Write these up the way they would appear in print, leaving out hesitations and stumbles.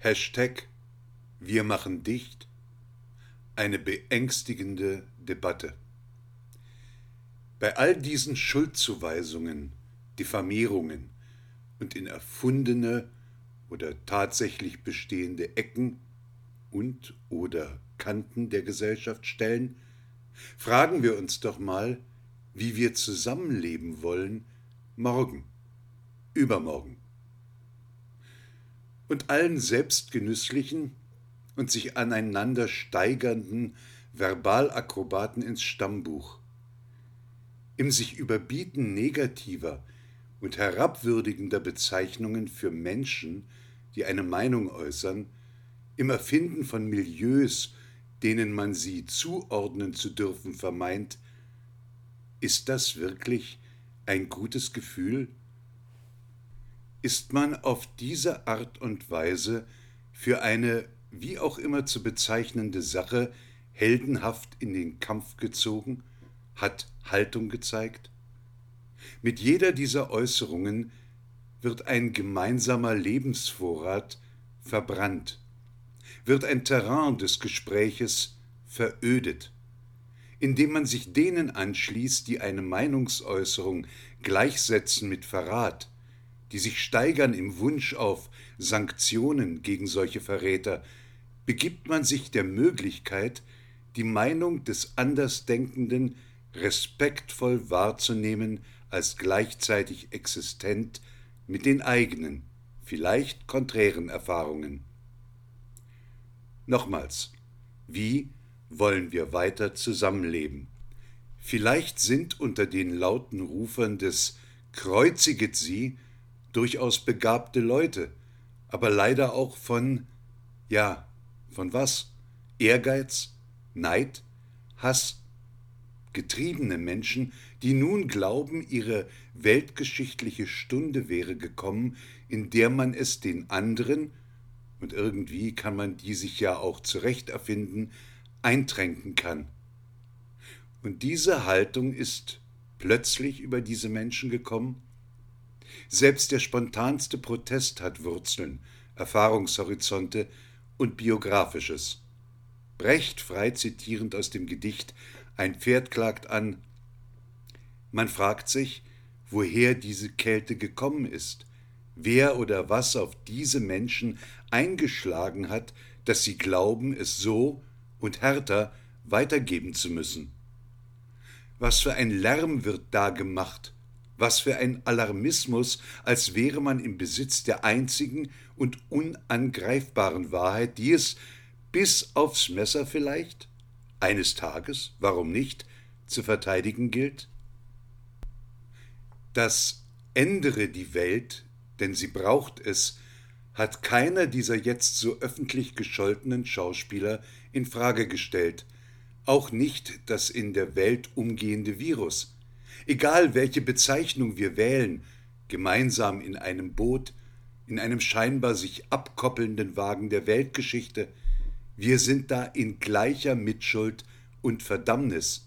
Hashtag Wir machen dicht. Eine beängstigende Debatte. Bei all diesen Schuldzuweisungen, Diffamierungen und in erfundene oder tatsächlich bestehende Ecken und oder Kanten der Gesellschaft stellen, fragen wir uns doch mal, wie wir zusammenleben wollen, morgen, übermorgen. Und allen selbstgenüsslichen und sich aneinander steigernden Verbalakrobaten ins Stammbuch. Im sich überbieten negativer und herabwürdigender Bezeichnungen für Menschen, die eine Meinung äußern, im Erfinden von Milieus, denen man sie zuordnen zu dürfen vermeint, ist das wirklich ein gutes Gefühl? Ist man auf diese Art und Weise für eine wie auch immer zu bezeichnende Sache heldenhaft in den Kampf gezogen, hat Haltung gezeigt? Mit jeder dieser Äußerungen wird ein gemeinsamer Lebensvorrat verbrannt, wird ein Terrain des Gespräches verödet, indem man sich denen anschließt, die eine Meinungsäußerung gleichsetzen mit Verrat, die sich steigern im Wunsch auf Sanktionen gegen solche Verräter, begibt man sich der Möglichkeit, die Meinung des Andersdenkenden respektvoll wahrzunehmen als gleichzeitig existent mit den eigenen, vielleicht konträren Erfahrungen. Nochmals, wie wollen wir weiter zusammenleben? Vielleicht sind unter den lauten Rufern des Kreuziget sie durchaus begabte Leute, aber leider auch von was? Ehrgeiz, Neid, Hass, getriebene Menschen, die nun glauben, ihre weltgeschichtliche Stunde wäre gekommen, in der man es den anderen, und irgendwie kann man die sich ja auch zurecht erfinden, eintränken kann. Und diese Haltung ist plötzlich über diese Menschen gekommen? Selbst der spontanste Protest hat Wurzeln, Erfahrungshorizonte und Biografisches. Brecht, frei zitierend aus dem Gedicht Ein Pferd klagt an: Man fragt sich, woher diese Kälte gekommen ist, wer oder was auf diese Menschen eingeschlagen hat, dass sie glauben, es so und härter weitergeben zu müssen. Was für ein Lärm wird da gemacht, was für ein Alarmismus, als wäre man im Besitz der einzigen und unangreifbaren Wahrheit, die es bis aufs Messer vielleicht, eines Tages, warum nicht, zu verteidigen gilt? Das ändere die Welt, denn sie braucht es, hat keiner dieser jetzt so öffentlich gescholtenen Schauspieler in Frage gestellt, auch nicht das in der Welt umgehende Virus. Egal welche Bezeichnung wir wählen, gemeinsam in einem Boot, in einem scheinbar sich abkoppelnden Wagen der Weltgeschichte, wir sind da in gleicher Mitschuld und Verdammnis.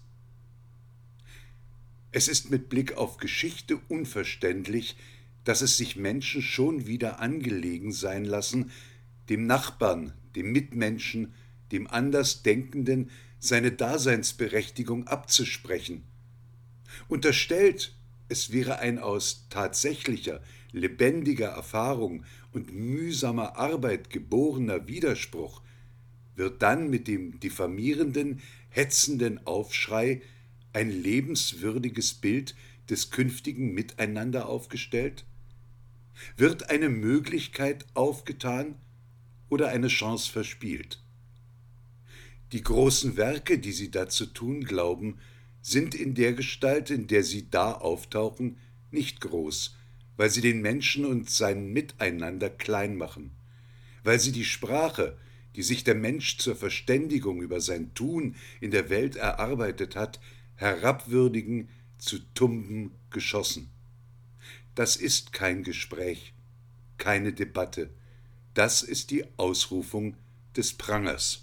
Es ist mit Blick auf Geschichte unverständlich, dass es sich Menschen schon wieder angelegen sein lassen, dem Nachbarn, dem Mitmenschen, dem Andersdenkenden seine Daseinsberechtigung abzusprechen. Unterstellt, es wäre ein aus tatsächlicher, lebendiger Erfahrung und mühsamer Arbeit geborener Widerspruch, wird dann mit dem diffamierenden, hetzenden Aufschrei ein lebenswürdiges Bild des künftigen Miteinander aufgestellt? Wird eine Möglichkeit aufgetan oder eine Chance verspielt? Die großen Werke, die sie da zu tun glauben, sind in der Gestalt, in der sie da auftauchen, nicht groß, weil sie den Menschen und sein Miteinander klein machen, weil sie die Sprache, die sich der Mensch zur Verständigung über sein Tun in der Welt erarbeitet hat, herabwürdigen zu tumben Geschossen. Das ist kein Gespräch, keine Debatte, das ist die Ausrufung des Prangers.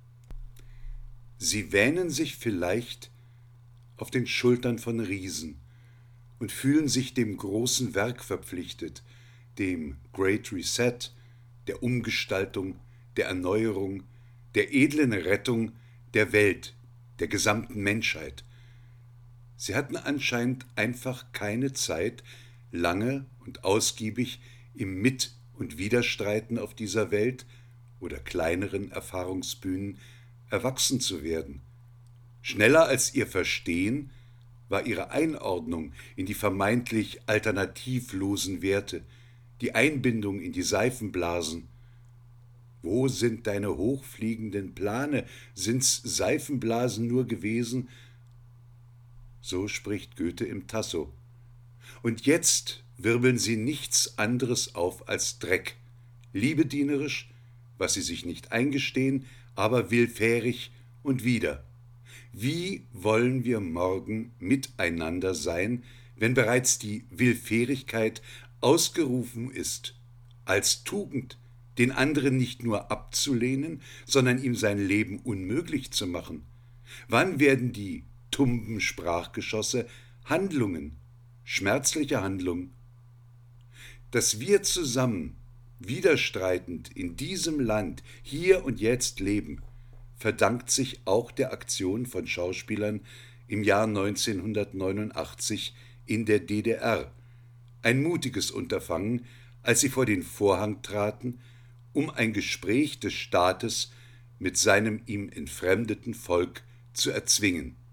Sie wähnen sich vielleicht auf den Schultern von Riesen und fühlen sich dem großen Werk verpflichtet, dem Great Reset, der Umgestaltung, der Erneuerung, der edlen Rettung der Welt, der gesamten Menschheit. Sie hatten anscheinend einfach keine Zeit, lange und ausgiebig im Mit- und Widerstreiten auf dieser Welt oder kleineren Erfahrungsbühnen erwachsen zu werden. Schneller als ihr Verstehen war ihre Einordnung in die vermeintlich alternativlosen Werte, die Einbindung in die Seifenblasen. Wo sind deine hochfliegenden Plane? Sind's Seifenblasen nur gewesen? So spricht Goethe im Tasso. Und jetzt wirbeln sie nichts anderes auf als Dreck, liebedienerisch, was sie sich nicht eingestehen, aber willfährig und wieder. Wie wollen wir morgen miteinander sein, wenn bereits die Willfährigkeit ausgerufen ist, als Tugend, den anderen nicht nur abzulehnen, sondern ihm sein Leben unmöglich zu machen? Wann werden die tumben Sprachgeschosse Handlungen, schmerzliche Handlungen? Dass wir zusammen, widerstreitend in diesem Land, hier und jetzt leben, verdankt sich auch der Aktion von Schauspielern im Jahr 1989 in der DDR. Ein mutiges Unterfangen, als sie vor den Vorhang traten, um ein Gespräch des Staates mit seinem ihm entfremdeten Volk zu erzwingen.